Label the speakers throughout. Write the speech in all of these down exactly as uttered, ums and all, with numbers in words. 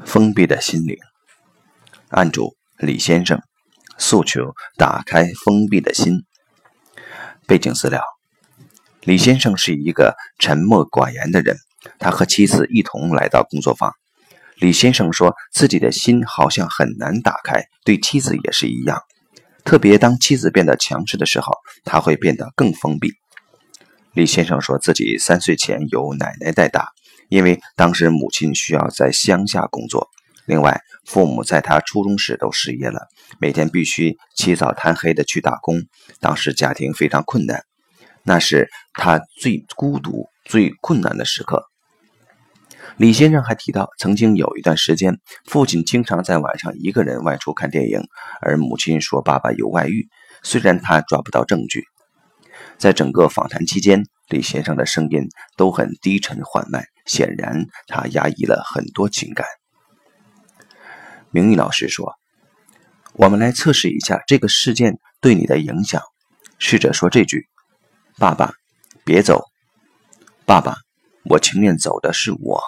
Speaker 1: 封闭的心灵。案主李先生，诉求打开封闭的心。背景资料：李先生是一个沉默寡言的人，他和妻子一同来到工作坊。李先生说自己的心好像很难打开，对妻子也是一样，特别当妻子变得强势的时候，他会变得更封闭。李先生说自己三岁前由奶奶带大，因为当时母亲需要在乡下工作，另外父母在他初中时都失业了，每天必须起早贪黑的去打工，当时家庭非常困难，那是他最孤独最困难的时刻。李先生还提到，曾经有一段时间，父亲经常在晚上一个人外出看电影，而母亲说爸爸有外遇，虽然他抓不到证据。在整个访谈期间，李先生的声音都很低沉缓慢，显然他压抑了很多情感。明玉老师说，我们来测试一下这个事件对你的影响，试着说这句：爸爸，别走。爸爸，我情愿走的是我。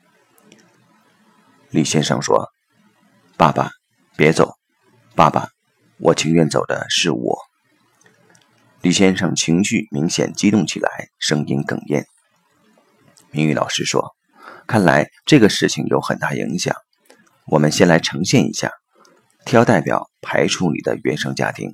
Speaker 1: 李先生说，爸爸，别走。爸爸，我情愿走的是我。李先生情绪明显激动起来，声音哽咽。明玉老师说，看来这个事情有很大影响，我们先来呈现一下，挑代表排除你的原生家庭。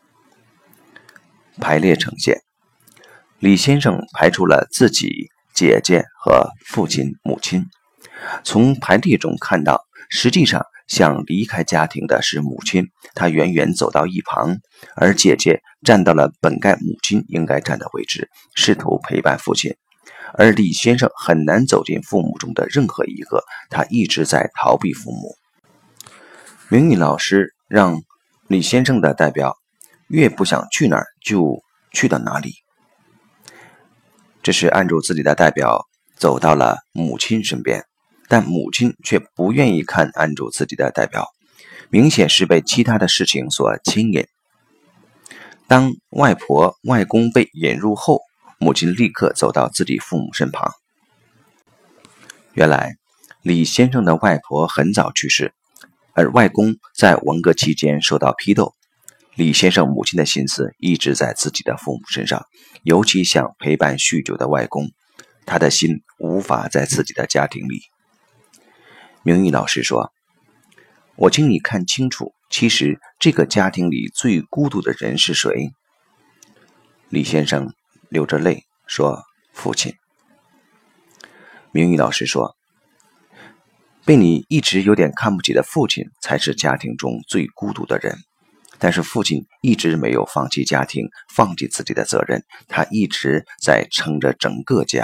Speaker 1: 排列呈现，李先生排除了自己、姐姐和父亲、母亲。从排列中看到，实际上想离开家庭的是母亲，她远远走到一旁，而姐姐站到了本该母亲应该站的位置，试图陪伴父亲。而李先生很难走进父母中的任何一个，他一直在逃避父母。明玉老师让李先生的代表越不想去哪儿就去到哪里，这是按住自己的代表走到了母亲身边，但母亲却不愿意看按住自己的代表，明显是被其他的事情所牵引。当外婆外公被引入后，母亲立刻走到自己父母身旁。原来李先生的外婆很早去世，而外公在文革期间受到批斗，李先生母亲的心思一直在自己的父母身上，尤其想陪伴酗酒的外公，他的心无法在自己的家庭里。明玉老师说，我请你看清楚，其实这个家庭里最孤独的人是谁？李先生流着泪说，父亲。明玉老师说，被你一直有点看不起的父亲才是家庭中最孤独的人，但是父亲一直没有放弃家庭，放弃自己的责任，他一直在撑着整个家。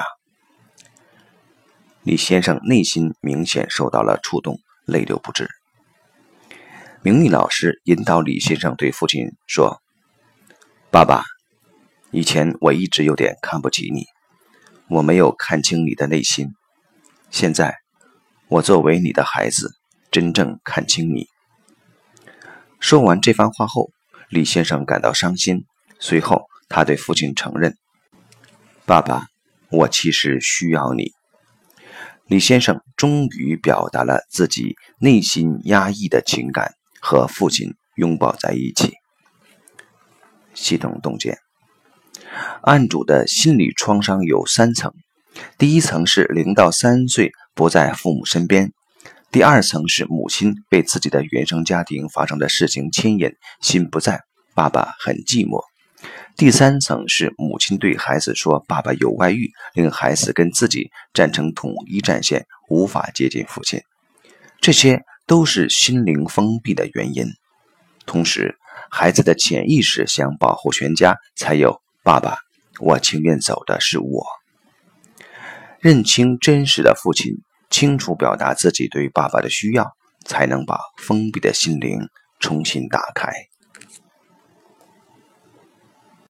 Speaker 1: 李先生内心明显受到了触动，泪流不止。明玉老师引导李先生对父亲说，爸爸，以前我一直有点看不起你，我没有看清你的内心，现在我作为你的孩子，真正看清你。说完这番话后，李先生感到伤心，随后他对父亲承认，爸爸，我其实需要你。李先生终于表达了自己内心压抑的情感，和父亲拥抱在一起。系统洞见，案主的心理创伤有三层，第一层是零到三岁不在父母身边，第二层是母亲被自己的原生家庭发生的事情牵引，心不在，爸爸很寂寞。第三层是母亲对孩子说爸爸有外遇，令孩子跟自己站成统一战线，无法接近父亲。这些都是心灵封闭的原因。同时，孩子的潜意识想保护全家，才有爸爸，我情愿走的是我。认清真实的父亲，清楚表达自己对爸爸的需要，才能把封闭的心灵重新打开。